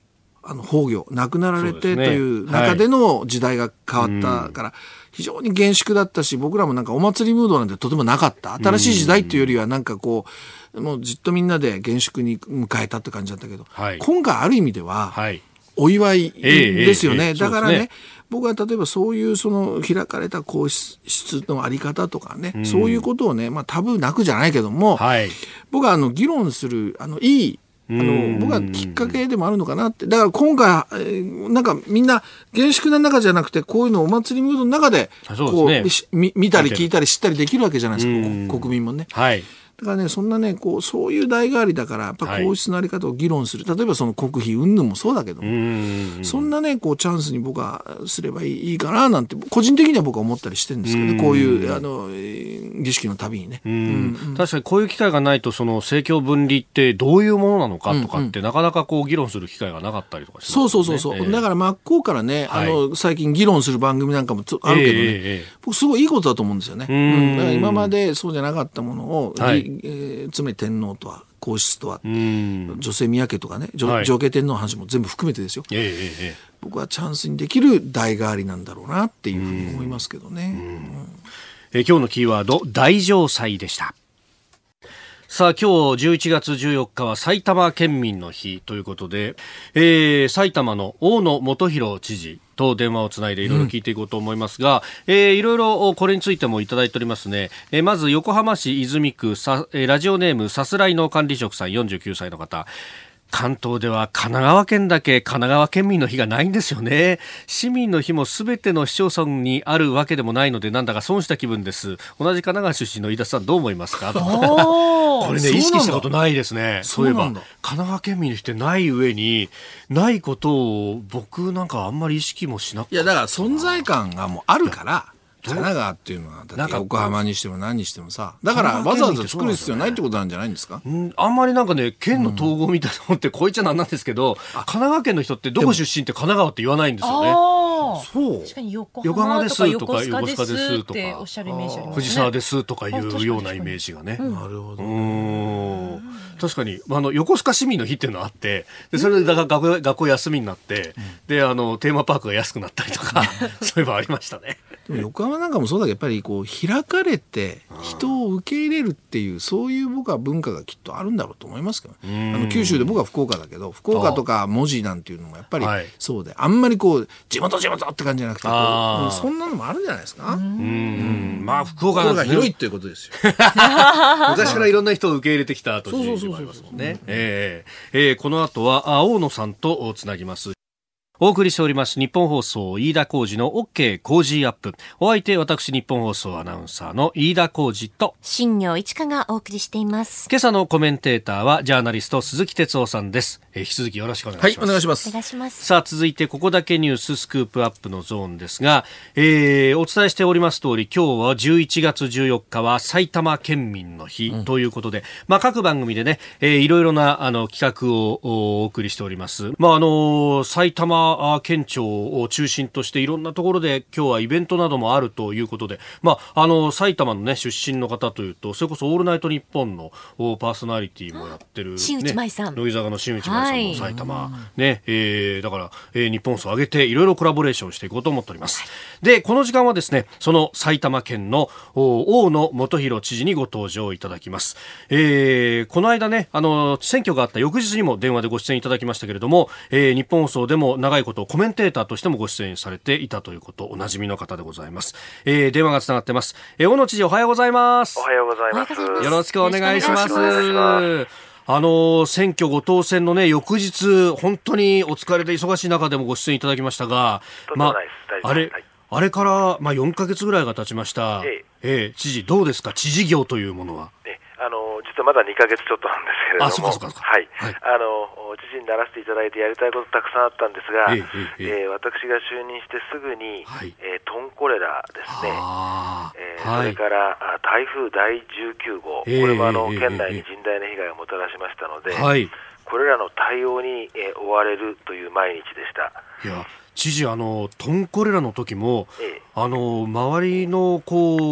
あの崩御亡くなられてとそうですねいう中での時代が変わったから、はい、非常に厳粛だったし、僕らもなんかお祭りムードなんてとてもなかった。新しい時代というよりはなんかこうもうじっとみんなで厳粛に迎えたって感じだったけど、はい、今回ある意味では、はいお祝いですよね。えーえーえー、だからね、ね僕は例えばそういうその開かれた皇室のあり方とかね、うん、そういうことをね、まあタブーなくじゃないけども、はい、僕はあの議論するあのいいあの僕はきっかけでもあるのかなって。だから今回、えー、なんかみんな厳粛な中じゃなくてこういうのお祭りムードの中でこう、ね、見たり聞いたり知ったりできるわけじゃないですか、国民もね。はいだからね、そんなね、こう、そういう代替わりだから、やっぱ皇室のあり方を議論する。はい、例えばその国費云々もそうだけども、そんなね、こう、チャンスに僕はすればいい、いいかな、なんて、個人的には僕は思ったりしてるんですけどね、こういう、あの、儀式のたびにね。うんうん、確かにこういう機会がないと、その政教分離ってどういうものなのかとかって、うんうん、なかなかこう、議論する機会がなかったりとかしますね。 そうそうそうそう、えー。だから真っ向からね、あの、はい、最近議論する番組なんかもあるけどね、えー、僕すごいいいことだと思うんですよね。うん、だから今までそうじゃなかったものを、はい、えーつまり天皇とは皇室とは女性宮家とかね、はい、女系天皇の話も全部含めてですよ、えーえー、僕はチャンスにできる代替わりなんだろうなっていうふうに思いますけどね。うんうんえー、今日のキーワード大嘗祭でした。さあ今日じゅういちがつじゅうよっかは埼玉県民の日ということで、えー、埼玉の大野元弘知事と電話をつないでいろいろ聞いていこうと思いますが、うん、えー、いろいろこれについてもいただいておりますね。えー、まず横浜市泉区さ、えー、ラジオネームさすらいの管理職さんよんじゅうきゅうさいの方。関東では神奈川県だけ神奈川県民の日がないんですよね。市民の日もすべての市町村にあるわけでもないのでなんだか損した気分です。同じ神奈川出身の飯田さんどう思いますか？これね意識したことないですね。そういえば神奈川県民の日ってない上にないことを僕なんかあんまり意識もしなかった。 いやだから存在感がもうあるから神奈川っていうのはだって横浜にしても何にしてもさだからわざわざ作る必要ないってことなんじゃないんですか？ うん、あんまりなんかね県の統合みたいなのってこう言っちゃなんなんですけど、うん、神奈川県の人ってどこ出身って神奈川って言わないんですよね。 そう確かに横浜ですとか横須賀ですとかおっしゃるイメージありますね。 藤沢ですとかいうようなイメージがね、 うん、なるほど、 ね、確かにあの横須賀市民の日っていうのがあってでそれでだから学校、学校休みになって、うん、であのテーマパークが安くなったりとかそういえばありましたね。 でも横浜なんかもそうだけどやっぱりこう開かれて人を受け入れるっていうそういう僕は文化がきっとあるんだろうと思いますけど、ね、あの九州で僕は福岡だけど福岡とか門司なんていうのもやっぱりそうで、はい、あんまりこう地元地元って感じじゃなくてこうそんなのもあるんじゃないですか。うんうんまあ福岡が広いっていうことですよ昔からいろんな人を受け入れてきたというのもありますもんね。えーえー、この後は大野さんとつなぎます。お送りしております日本放送飯田浩司の OK 工事アップ。お相手私日本放送アナウンサーの飯田浩司と新業一華がお送りしています。 今朝のコメンテーターはジャーナリスト鈴木哲夫さんです。えー、引き続きよろしくお願いします。 はい、お願いします。 お願いします。 さあ続いてここだけニューススクープアップのゾーンですが、えー、お伝えしております通り今日はじゅういちがつじゅうよっかは埼玉県民の日ということで、うん、まあ各番組でね、えー、いろいろなあの企画をお送りしております。まああの埼玉県庁を中心としていろんなところで今日はイベントなどもあるということで、まあ、あの埼玉の、ね、出身の方というとそれこそオールナイトニッポンのパーソナリティもやってる、ね、 新内舞さん乃木坂の新内舞さんの埼玉、はいねえー、だから、えー、日本放送を挙げていろいろコラボレーションしていこうと思っております、はい、でこの時間はですねその埼玉県の大野元弘知事にご登場いただきます、えー、この間ねあの選挙があった翌日にも電話でご出演いただきましたけれども、えー、日本放送でも長いことコメンテーターとしてもご出演されていたということおなじみの方でございます、えー、電話がつながってます、えー、大野知事おはようございます。 おはようございます。 よろしくお願いします。あの選挙ご当選のね翌日本当にお疲れで忙しい中でもご出演いただきましたが、まあ、 あれ、はい、あれから、まあ、よんかげつぐらいが経ちました、えええー、知事どうですか知事業というものは。 あの実はまだにかげつちょっとなんですけれども、あ、そうかそうか、はい、はい、あの知事にならせていただいてやりたいことたくさんあったんですが、えええー、私が就任してすぐに、はい、えー、トンコレラですね、えーはい、それから台風だいじゅうきゅうごう、えー、これもあの、えー、県内に甚大な被害をもたらしましたので、はい、これらの対応に、えー、追われるという毎日でした。 いや知事あのトンコレラの時も、ええ、あの周りのこう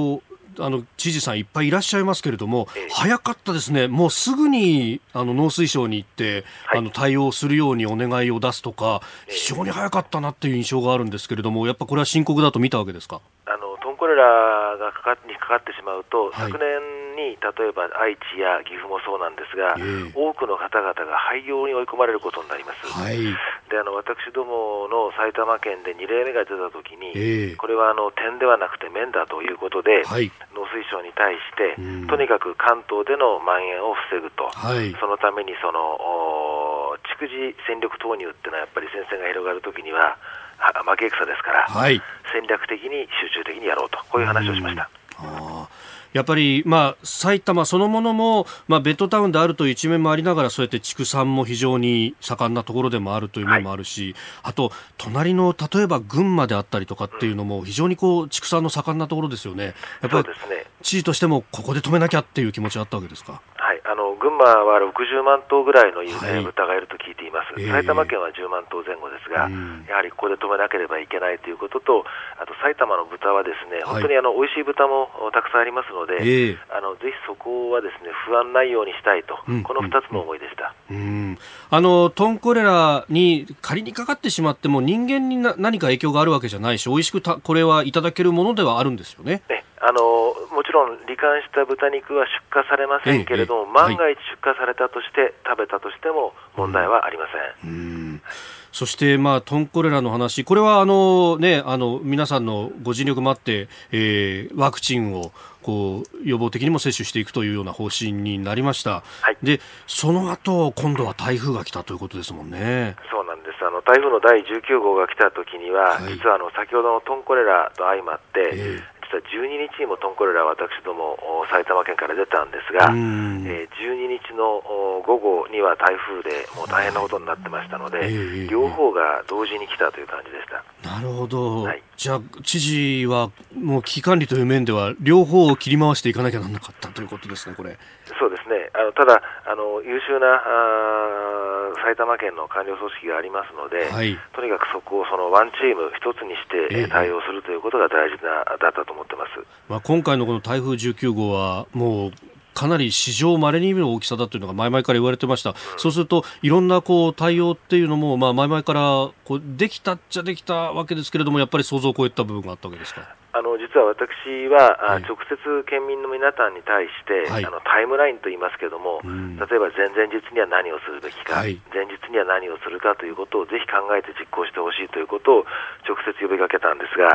あの知事さんいっぱいいらっしゃいますけれども、えー、早かったですね。もうすぐにあの農水省に行って、はい、あの対応するようにお願いを出すとか、非常に早かったなっていう印象があるんですけれども、やっぱこれは深刻だと見たわけですか。 あのトンコレラがかかにかかってしまうと、はい、昨年に例えば愛知や岐阜もそうなんですが、えー、多くの方々が廃業に追い込まれることになります。はい、であの私どもの埼玉県でに例目が出たときに、えー、これはあの点ではなくて面だということで、はい、農水省に対して、うん、とにかく関東での蔓延を防ぐと、はい、そのためにその蓄次戦力投入っていうのはやっぱり戦線が広がるときには負け戦ですから、はい、戦略的に集中的にやろうと、こういう話をしました。 うん、あやっぱり、まあ、埼玉そのものも、まあ、ベッドタウンであるという一面もありながら、そうやって畜産も非常に盛んなところでもあるという面もあるし、はい、あと隣の例えば群馬であったりとかっていうのも非常にこう畜産の盛んなところですよね。やっぱり知事としてもここで止めなきゃっていう気持ちがあったわけですか。 はい、あの群馬はろくじゅうまん頭ぐらいの、はい、豚がいると聞いています。えー、埼玉県はじゅうまん頭前後ですが、うん、やはりここで止めなければいけないということと、あと埼玉の豚はですね、本当にあの美味しい豚もたくさんありますので、えー、あのぜひそこはですね不安ないようにしたいと、うん、このふたつの思いでした。 うんうん、あのトンコレラに仮にかかってしまっても人間にな何か影響があるわけじゃないし、美味しくたこれはいただけるものではあるんですよね。ね、 あのもちろん罹患した豚肉は出荷されませんけれども、えええ万が一出荷されたとして、はい、食べたとしても問題はありません。うんうんそして、まあ、トンコレラの話、これはあの、ね、あの皆さんのご尽力もあって、えー、ワクチンをこう予防的にも接種していくというような方針になりました。はい、でその後今度は台風が来たということですもんね。 そうなんです。あの台風のだいじゅうきゅう号が来た時には、はい、実はあの先ほどのトンコレラと相まって、えー実はじゅうににちにもトンコレラは私ども埼玉県から出たんですが、えー、じゅうににちの午後には台風でもう大変なことになってましたので、はい、両方が同時に来たという感じでした。 なるほど、はい、じゃあ知事はもう危機管理という面では両方を切り回していかなきゃならなかったということですね。これそうですね。あのただあの優秀なあ埼玉県の官僚組織がありますので、はい、とにかくそこをそのワンチーム一つにして対応するということが大事なだったと思ってます。 まあ、今回のこの台風じゅうきゅう号はもうかなり史上稀に見る大きさだというのが前々から言われてました。うん、そうするといろんなこう対応っていうのも、まあ、前々からこうできたっちゃできたわけですけれども、やっぱり想像を超えた部分があったわけですか。 あの実は私は、はい、直接県民の皆さんに対して、はい、あのタイムラインと言いますけれども、うん、例えば前々日には何をするべきか、はい、前日には何をするかということをぜひ考えて実行してほしいということを直接呼びかけたんですが、うん、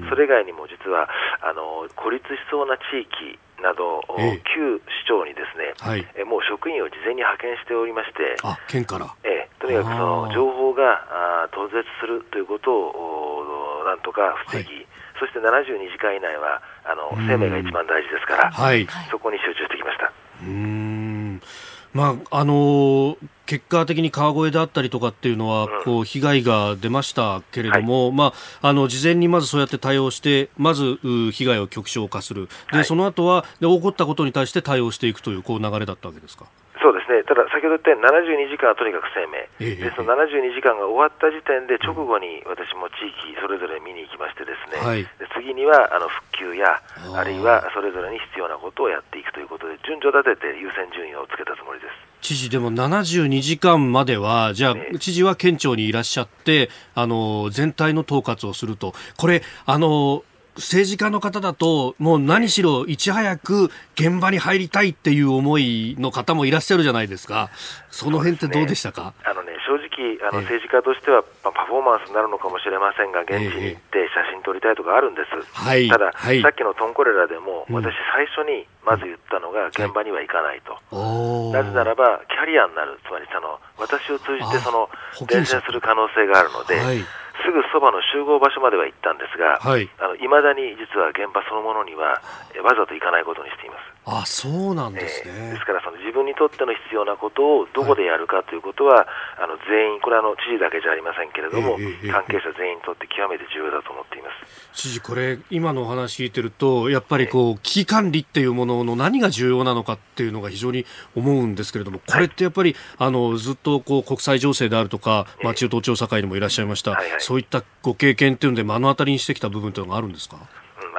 それ以外にも実はあの孤立しそうな地域など、ええ、旧市長にですね、はい、えもう職員を事前に派遣しておりまして、 あ県から、 えとにかくその情報があ途絶するということをなんとか防ぎ、はい、そしてななじゅうにじかん以内はあの生命が一番大事ですから、はい、そこに集中してきました。 うーんまああのー、結果的に川越であったりとかっていうのは、うん、こう被害が出ましたけれども、はいまあ、あの事前にまずそうやって対応してまず被害を極小化するで、はい、その後はで起こったことに対して対応していくという、こう流れだったわけですか。 そうですね。ただ先ほど言ったようにななじゅうにじかんはとにかく生命、えー、でそのななじゅうにじかんが終わった時点で直後に私も地域それぞれ見に行きましてですね、はい、で次にはあの復旧や あ, あるいはそれぞれに必要なことをやっていくということで順序立てて優先順位をつけたつもりです。 知事でもななじゅうにじかんまではじゃあ、ね、知事は県庁にいらっしゃってあの全体の統括をすると、これあの政治家の方だともう何しろいち早く現場に入りたいっていう思いの方もいらっしゃるじゃないですか。その辺ってどうでしたか。 あの、ね、正直あの政治家としては、まあ、パフォーマンスになるのかもしれませんが現地に行って写真撮りたいとかあるんです、はい、ただ、はい、さっきのトンコレラでも、うん、私最初にまず言ったのが現場には行かないと、はい、なぜならばキャリアになる、つまりその私を通じてその伝染する可能性があるので、はい、すぐそばの集合場所までは行ったんですが、はい、あの未だに実は現場そのものにはわざと行かないことにしています。 あ、そうなんですね。 えー、ですからその自分にとっての必要なことをどこでやるかということは、はい、あの全員これはあの知事だけじゃありませんけれども、えーえー、関係者全員にとって極めて重要だと思っています。 知事、これ今のお話聞いてるとやっぱりこう、えー、危機管理っていうものの何が重要なのかっていうのが非常に思うんですけれども、これってやっぱり、はい、あのずっとこう国際情勢であるとか、まあ、中東調査会にもいらっしゃいました、えーはいはい、そういったご経験っていうので目の当たりにしてきた部分というのがあるんですか。 あの私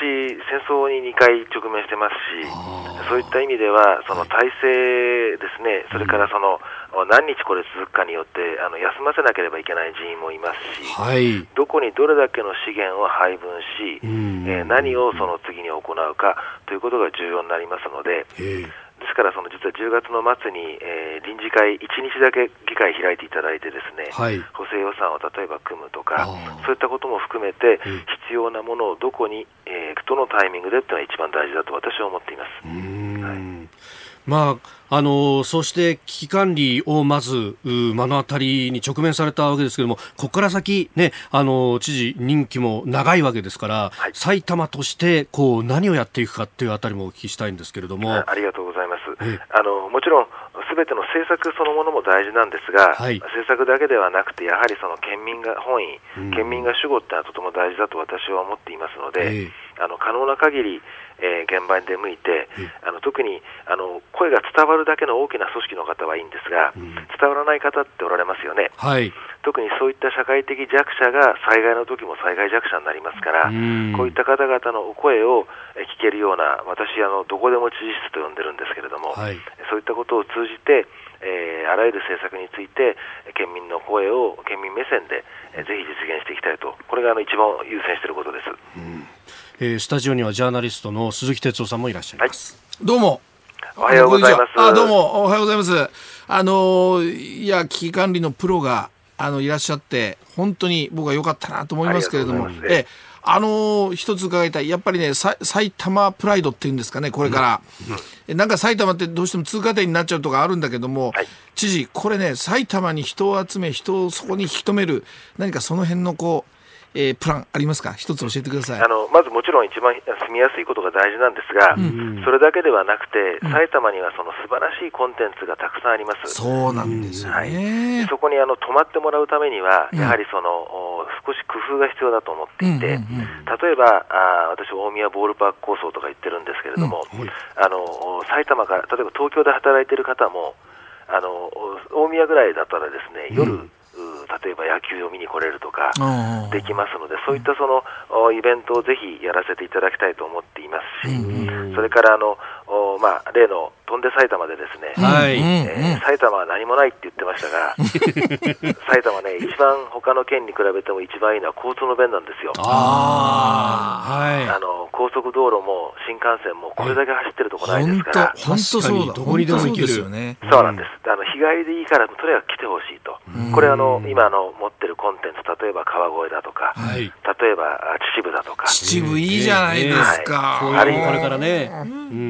戦争ににかい直面してますし、そういった意味ではその体制ですね、それからその、うん、何日これ続くかによってあの休ませなければいけない人員もいますし、はい、どこにどれだけの資源を配分し、うん、えー、何をその次に行うかということが重要になりますので、ですからその実はじゅうがつの末に、えー、臨時会いちにちだけ議会開いていただいてですね、はい、補正予算を例えば組むとか、そういったことも含めて必要なものをどこに、えー、どのタイミングでというのが一番大事だと私は思っています。うーん、はい、 まあ、あのそうして危機管理をまず目の当たりに直面されたわけですけれども、ここから先、ね、あの知事任期も長いわけですから、はい、埼玉としてこう何をやっていくかっていうあたりもお聞きしたいんですけれども。 ありがとうございます。あのもちろんすべての政策そのものも大事なんですが、はい、政策だけではなくてやはりその県民が本意、うん、県民が主語ってのはとても大事だと私は思っていますので、えー、あの可能な限りえー、現場に出向いて、あの特にあの声が伝わるだけの大きな組織の方はいいんですが、うん、伝わらない方っておられますよね、はい、特にそういった社会的弱者が災害の時も災害弱者になりますから、うん、こういった方々のお声を聞けるような、私あのどこでも知事室と呼んでるんですけれども、はい、そういったことを通じて、えー、あらゆる政策について県民の声を県民目線で、えー、ぜひ実現していきたいと、これがあの一番優先していることです。うん、 えー、スタジオにはジャーナリストの鈴木哲夫さんもいらっしゃいます、 はい、どうもおはようございます。 あ、どうもおはようございます。あのいや危機管理のプロがあのいらっしゃって本当に僕は良かったなと思いますけれども、えあの一つ伺いたい、やっぱりね埼玉プライドっていうんですかね、これから、うんうん、なんか埼玉ってどうしても通過点になっちゃうとかあるんだけども、はい、知事これね埼玉に人を集め人をそこに引き止める何かその辺のこうえー、プランありますか？一つ教えてください。 あのまずもちろん一番住みやすいことが大事なんですが、うんうん、それだけではなくて、うん、埼玉にはその素晴らしいコンテンツがたくさんあります。 そうなんですよね、 はい、そこにあの泊まってもらうためには、うん、やはりその少し工夫が必要だと思っていて、うんうんうん、例えばあ私大宮ボールパーク構想とか言ってるんですけれども、うんはい、あの埼玉から例えば東京で働いている方もあの大宮ぐらいだったらですね、夜、うん例えば野球を見に来れるとかできますので、そういったそのイベントをぜひやらせていただきたいと思っていますし、うん、それからあの、まあ、例の飛んで埼玉でですね、はいえー、埼玉は何もないって言ってましたが埼玉ね、一番他の県に比べても一番いいのは交通の便なんですよ。あ、はい、あの高速道路も新幹線もこれだけ走ってるとこないですから、 本当そうだ、 どこにでも行けるよね。そうなんです。あの日帰りでいいからとにかく来てほしいと。これあの今の持ってるコンテンツ、例えば川越だとか、はい、例えば秩父だとか、 秩父いいじゃないですか、 えーえー、あるいはこれからね、 うん、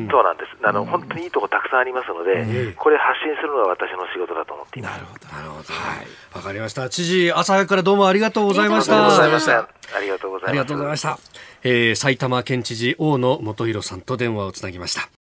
そうなんです。あの、うん、本当にいいとこたくさんありますので、うん、これ発信するのが私の仕事だと思っています。 なるほど、なるほど、 はい、わかりました。知事、朝早くからどうもありがとうございました。 ありがとうございました。ありがとうございます。 ありがとうございました。えー、埼玉県知事大野元弘さんと電話をつなぎました。